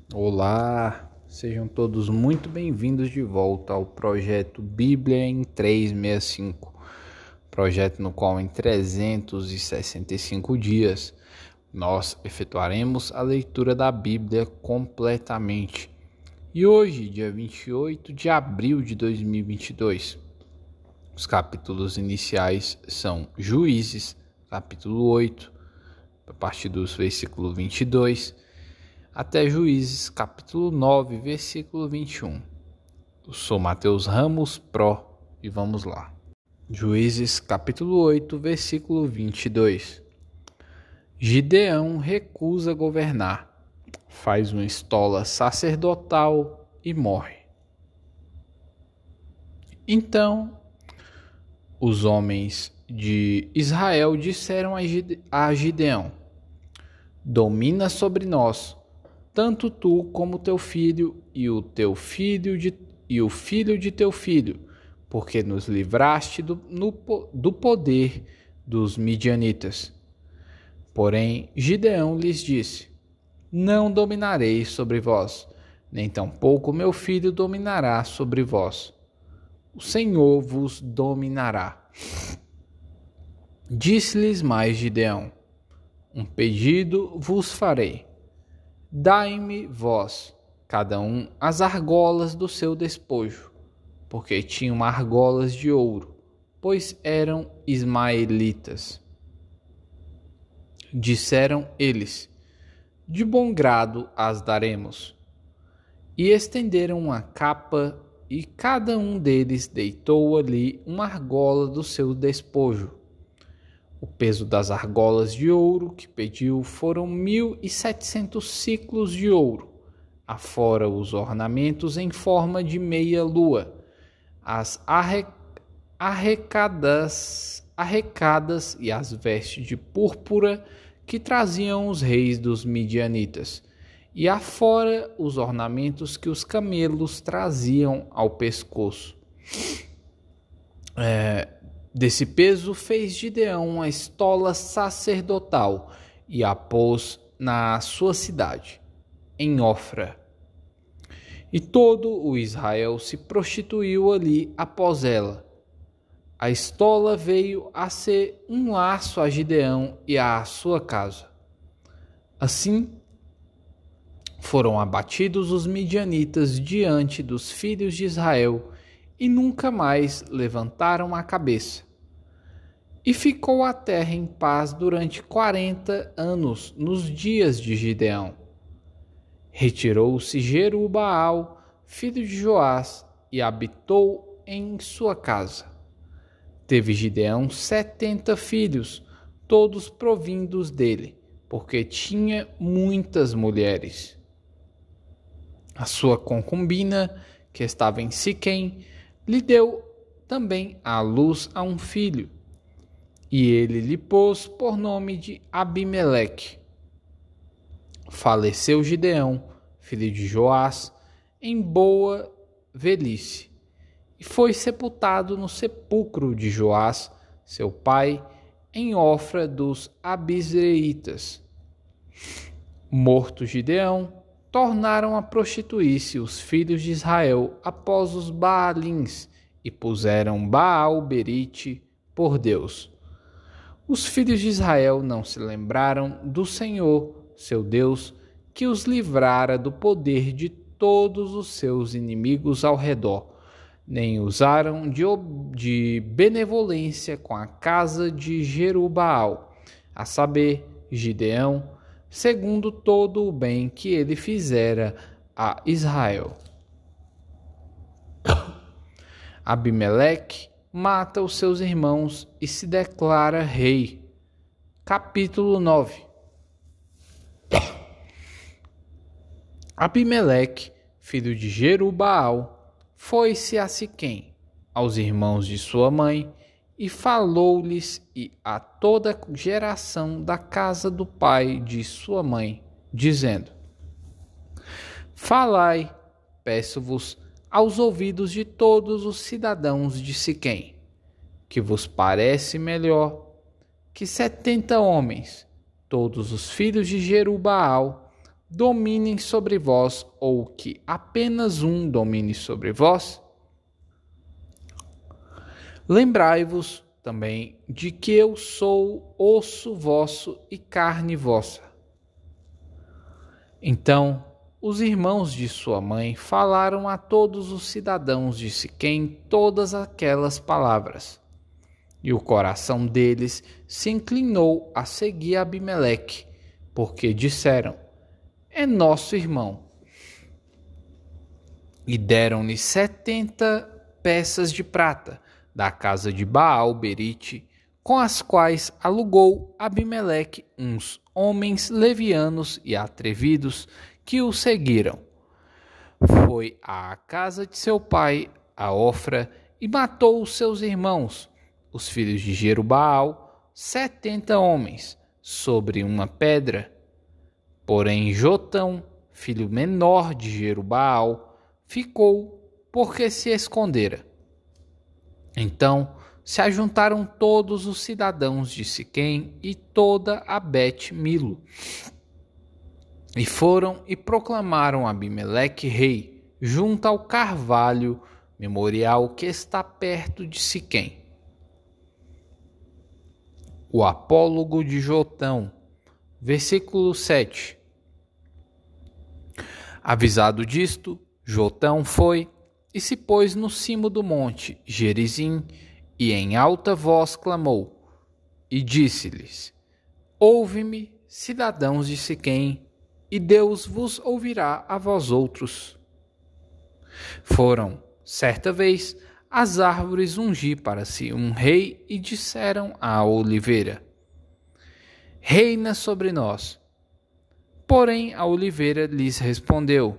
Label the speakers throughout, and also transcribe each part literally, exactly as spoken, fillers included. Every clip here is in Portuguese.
Speaker 1: Olá, sejam todos muito bem-vindos de volta ao projeto Bíblia em trezentos e sessenta e cinco, projeto no qual em trezentos e sessenta e cinco dias nós efetuaremos a leitura da Bíblia completamente. E hoje, dia vinte e oito de abril de dois mil e vinte e dois, os capítulos iniciais são Juízes, capítulo oito, a partir dos versículos vinte e dois, até Juízes, capítulo nove, versículo vinte e um. Eu sou Mateus Ramos Pro e vamos lá. Juízes, capítulo oito, versículo vinte e dois. Gideão recusa governar, faz uma estola sacerdotal e morre. Então, os homens de Israel disseram a Gideão: domina sobre nós, tanto tu como teu filho e o teu filho de, e o filho de teu filho, porque nos livraste do, no, do poder dos midianitas. Porém, Gideão lhes disse: não dominarei sobre vós, nem tampouco meu filho dominará sobre vós. O Senhor vos dominará. Disse-lhes mais Gideão: um pedido vos farei. Dai-me vós, cada um, as argolas do seu despojo, porque tinham argolas de ouro, pois eram ismaelitas. Disseram eles: de bom grado as daremos. E estenderam uma capa, e cada um deles deitou ali uma argola do seu despojo. O peso das argolas de ouro que pediu foram mil e setecentos ciclos de ouro, afora os ornamentos em forma de meia-lua, as arre... arrecadas... arrecadas e as vestes de púrpura que traziam os reis dos midianitas, e afora os ornamentos que os camelos traziam ao pescoço. É... Desse peso fez Gideão uma estola sacerdotal e a pôs na sua cidade, em Ofra. E todo o Israel se prostituiu ali após ela. A estola veio a ser um laço a Gideão e à sua casa. Assim, foram abatidos os midianitas diante dos filhos de Israel, e nunca mais levantaram a cabeça. E ficou a terra em paz durante quarenta anos nos dias de Gideão. Retirou-se Jerubaal, filho de Joás, e habitou em sua casa. Teve Gideão setenta filhos, todos provindos dele, porque tinha muitas mulheres. A sua concubina, que estava em Siquém, lhe deu também à luz a um filho, e ele lhe pôs por nome de Abimeleque. Faleceu Gideão, filho de Joás, em boa velhice, e foi sepultado no sepulcro de Joás, seu pai, em Ofra dos Abisreitas. Morto Gideão, tornaram a prostituir-se os filhos de Israel após os Baalins, e puseram Baal-berite por Deus. Os filhos de Israel não se lembraram do Senhor, seu Deus, que os livrara do poder de todos os seus inimigos ao redor, nem usaram de, de benevolência com a casa de Jerubaal, a saber, Gideão, segundo todo o bem que ele fizera a Israel. Abimeleque mata os seus irmãos e se declara rei. Capítulo nove. Abimeleque, filho de Jerubaal, foi-se a Siquém, aos irmãos de sua mãe, e falou-lhes e a toda a geração da casa do pai de sua mãe, dizendo: falai, peço-vos, aos ouvidos de todos os cidadãos de Siquém, que vos parece melhor que setenta homens, todos os filhos de Jerubaal, dominem sobre vós, ou que apenas um domine sobre vós? Lembrai-vos também de que eu sou osso vosso e carne vossa. Então os irmãos de sua mãe falaram a todos os cidadãos de Siquém todas aquelas palavras. E o coração deles se inclinou a seguir Abimeleque, porque disseram: é nosso irmão. E deram-lhe setenta peças de prata da casa de Baal-Berite, com as quais alugou Abimeleque uns homens levianos e atrevidos que o seguiram. Foi à casa de seu pai, a Ofra, e matou os seus irmãos, os filhos de Jerubaal, setenta homens, sobre uma pedra. Porém Jotão, filho menor de Jerubaal, ficou, porque se escondera. Então se ajuntaram todos os cidadãos de Siquém e toda a Bet-Milo, e foram e proclamaram Abimeleque rei, junto ao carvalho memorial que está perto de Siquém. O apólogo de Jotão, versículo sete. Avisado disto, Jotão foi e se pôs no cimo do monte Gerizim, e em alta voz clamou, e disse-lhes: ouve-me, cidadãos de Siquém, e Deus vos ouvirá a vós outros. Foram, certa vez, as árvores ungir para si um rei, e disseram à oliveira: reina sobre nós. Porém a oliveira lhes respondeu: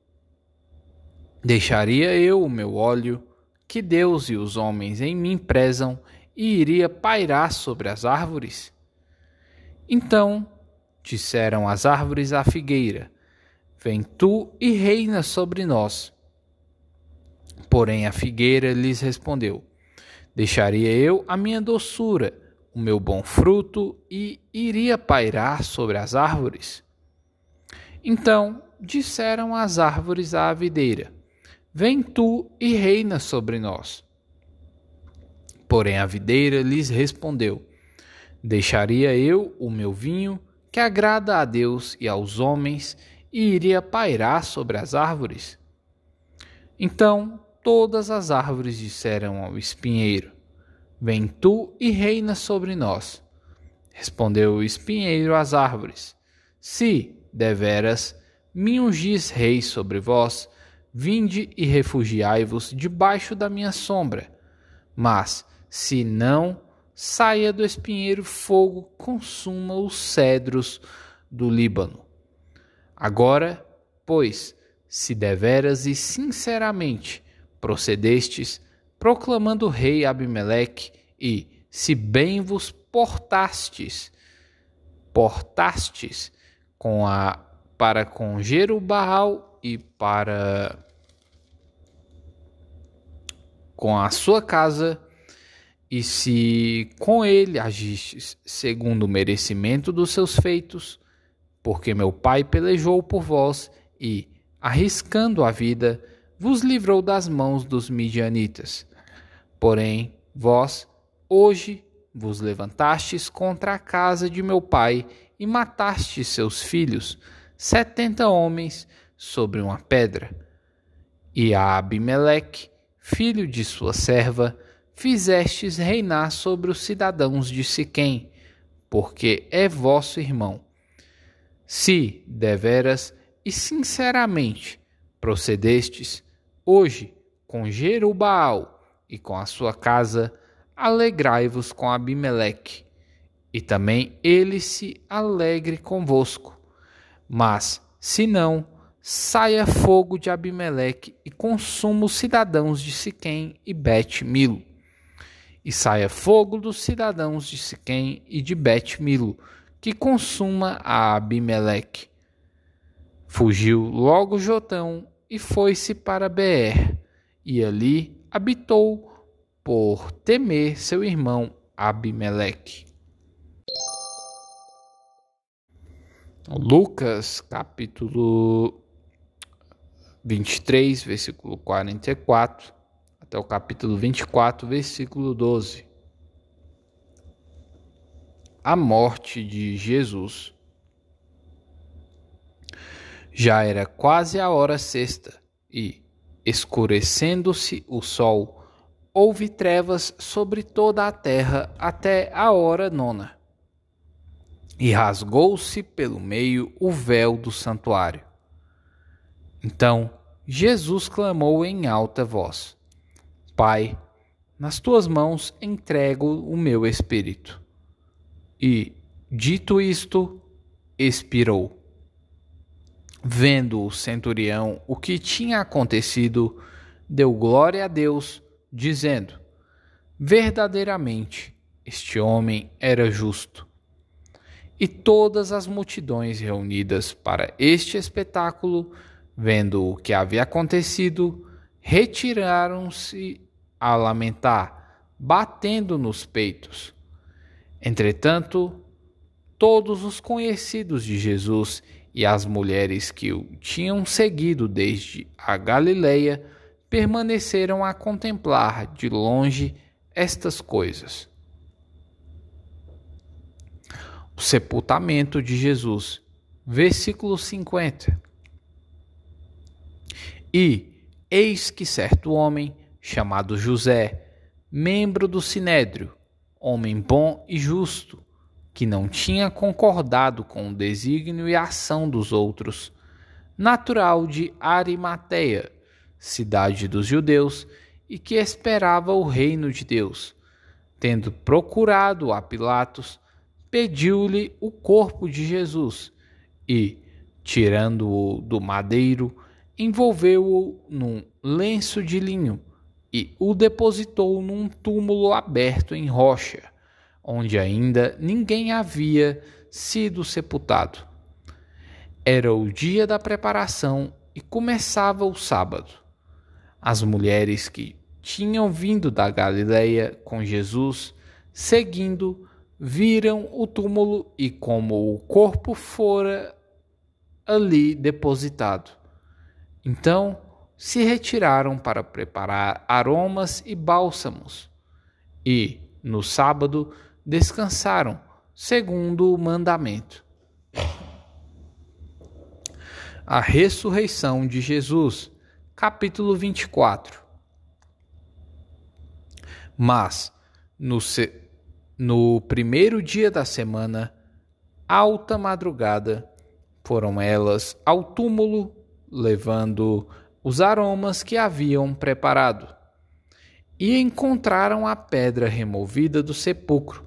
Speaker 1: deixaria eu o meu óleo, que Deus e os homens em mim prezam, e iria pairar sobre as árvores? Então disseram as árvores à figueira: vem tu e reina sobre nós. Porém a figueira lhes respondeu: deixaria eu a minha doçura, o meu bom fruto, e iria pairar sobre as árvores? Então disseram as árvores à videira: vem tu e reina sobre nós. Porém a videira lhes respondeu: deixaria eu o meu vinho, que agrada a Deus e aos homens, e iria pairar sobre as árvores? Então todas as árvores disseram ao espinheiro: vem tu e reina sobre nós. Respondeu o espinheiro às árvores: se, deveras, me ungis rei sobre vós, vinde e refugiai-vos debaixo da minha sombra. Mas, se não, saia do espinheiro fogo, consuma os cedros do Líbano. Agora, pois, se deveras e sinceramente procedestes, proclamando o rei Abimeleque, e se bem vos portastes, portastes com a, para com Jerubaal e para com a sua casa, e se com ele agistes segundo o merecimento dos seus feitos, porque meu pai pelejou por vós e, arriscando a vida, vos livrou das mãos dos midianitas. Porém, vós, hoje, vos levantastes contra a casa de meu pai e matastes seus filhos, setenta homens, sobre uma pedra. E a Abimeleque, filho de sua serva, fizestes reinar sobre os cidadãos de Siquém, porque é vosso irmão. Se, deveras e sinceramente, procedestes, hoje, com Jerubaal e com a sua casa, alegrai-vos com Abimeleque, e também ele se alegre convosco. Mas, se não, saia fogo de Abimeleque e consuma os cidadãos de Siquém e Bet-Milo. E saia fogo dos cidadãos de Siquém e de Bet-Milo, que consuma a Abimeleque. Fugiu logo Jotão e foi-se para Beer, e ali habitou por temer seu irmão Abimeleque. Lucas, capítulo vinte e três, versículo quarenta e quatro, até o capítulo vinte e quatro, versículo doze. A morte de Jesus. Já era quase a hora sexta, e, escurecendo-se o sol, houve trevas sobre toda a terra até a hora nona. E rasgou-se pelo meio o véu do santuário. Então Jesus clamou em alta voz: Pai, nas tuas mãos entrego o meu espírito. E, dito isto, expirou. Vendo o centurião o que tinha acontecido, deu glória a Deus, dizendo: verdadeiramente, este homem era justo. E todas as multidões reunidas para este espetáculo, vendo o que havia acontecido, retiraram-se a lamentar, batendo nos peitos. Entretanto, todos os conhecidos de Jesus e as mulheres que o tinham seguido desde a Galileia permaneceram a contemplar de longe estas coisas. O sepultamento de Jesus, versículo cinquenta. E eis que certo homem, chamado José, membro do Sinédrio, homem bom e justo, que não tinha concordado com o desígnio e a ação dos outros, natural de Arimateia, cidade dos judeus, e que esperava o reino de Deus, tendo procurado a Pilatos, pediu-lhe o corpo de Jesus e, tirando-o do madeiro, envolveu-o num lenço de linho e o depositou num túmulo aberto em rocha, onde ainda ninguém havia sido sepultado. Era o dia da preparação e começava o sábado. As mulheres que tinham vindo da Galileia com Jesus, seguindo, viram o túmulo e como o corpo fora ali depositado. Então se retiraram para preparar aromas e bálsamos, e, no sábado, descansaram, segundo o mandamento. A ressurreição de Jesus, capítulo vinte e quatro. Mas, no, se... no primeiro dia da semana, alta madrugada, foram elas ao túmulo, levando os aromas que haviam preparado, e encontraram a pedra removida do sepulcro.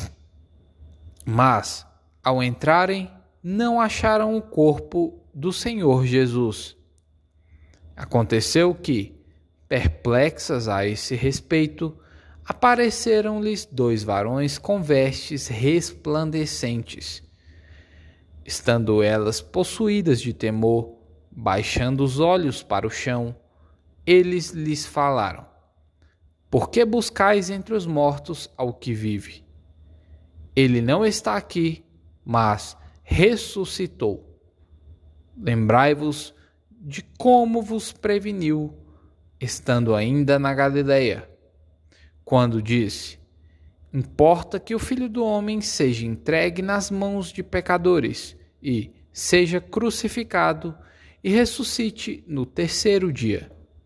Speaker 1: Mas, ao entrarem, não acharam o corpo do Senhor Jesus. Aconteceu que, perplexas a esse respeito, apareceram-lhes dois varões com vestes resplandecentes. Estando elas possuídas de temor, baixando os olhos para o chão, eles lhes falaram: por que buscais entre os mortos ao que vive? Ele não está aqui, mas ressuscitou. Lembrai-vos de como vos preveniu, estando ainda na Galileia, quando disse: importa que o Filho do Homem seja entregue nas mãos de pecadores e seja crucificado e ressuscite no terceiro dia.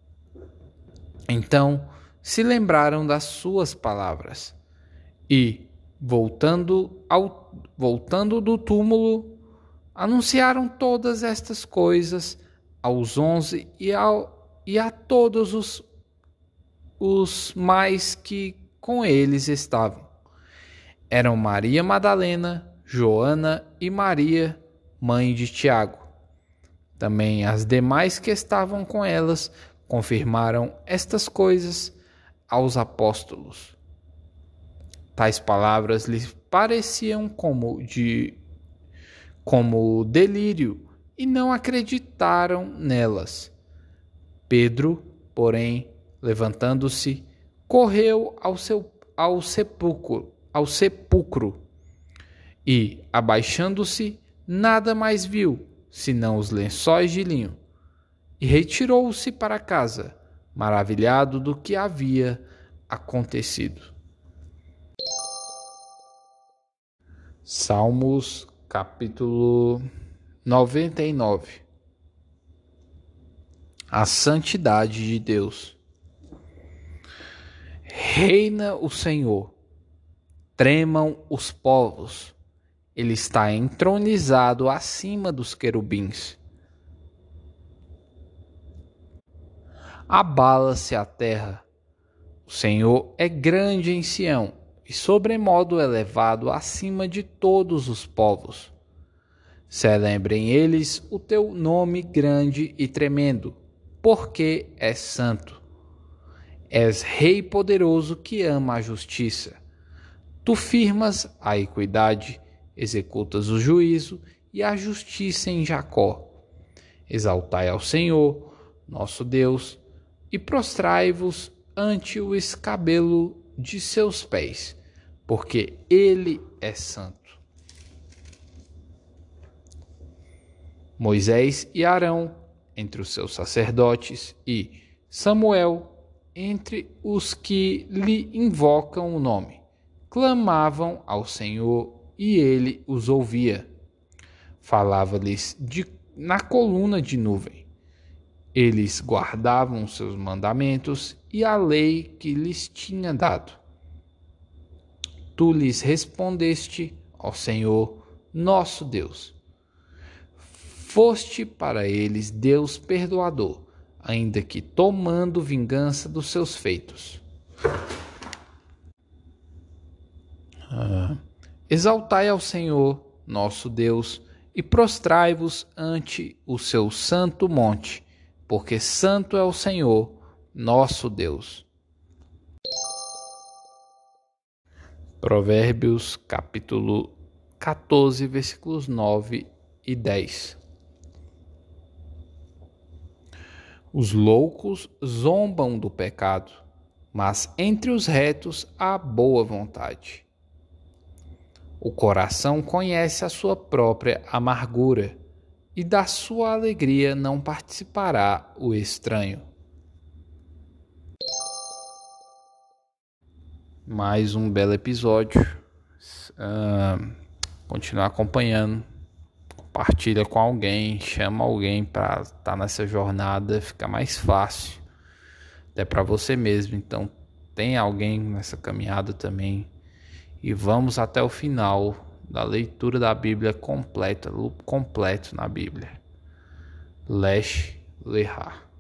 Speaker 1: Então se lembraram das suas palavras e, voltando, ao, voltando do túmulo, anunciaram todas estas coisas aos onze e, ao, e a todos os, os mais que com eles estavam. Eram Maria Madalena, Joana e Maria, mãe de Tiago. Também as demais que estavam com elas confirmaram estas coisas aos apóstolos. Tais palavras lhes pareciam como de como delírio e não acreditaram nelas. Pedro, porém, levantando-se, correu ao seu ao sepulcro, ao sepulcro e, abaixando-se, nada mais viu, senão os lençóis de linho, e retirou-se para casa, maravilhado do que havia acontecido. Salmos capítulo noventa e nove. A santidade de Deus. Reina o Senhor, tremam os povos, ele está entronizado acima dos querubins. Abala-se a terra, o Senhor é grande em Sião e sobremodo elevado acima de todos os povos. Celebrem eles o teu nome grande e tremendo, porque és santo. És Rei poderoso que ama a justiça. Tu firmas a equidade, executas o juízo e a justiça em Jacó. Exaltai ao Senhor, nosso Deus, e prostrai-vos ante o escabelo de seus pés, porque ele é santo. Moisés e Arão entre os seus sacerdotes e Samuel entre os que lhe invocam o nome, clamavam ao Senhor e ele os ouvia. Falava-lhes de, na coluna de nuvem. Eles guardavam seus mandamentos e a lei que lhes tinha dado. Tu lhes respondeste, ó Senhor, nosso Deus. Foste para eles Deus perdoador, ainda que tomando vingança dos seus feitos. Ah. Exaltai ao Senhor, nosso Deus, e prostrai-vos ante o seu santo monte, porque santo é o Senhor, nosso Deus. Provérbios capítulo quatorze, versículos nove e dez. Os loucos zombam do pecado, mas entre os retos há boa vontade. O coração conhece a sua própria amargura, e da sua alegria não participará o estranho. Mais um belo episódio. Uh, continuar acompanhando. Compartilha com alguém, chama alguém para estar nessa jornada, fica mais fácil. Até para você mesmo. Então, tem alguém nessa caminhada também. E vamos até o final da leitura da Bíblia completa, completo na Bíblia. Lech Lehar.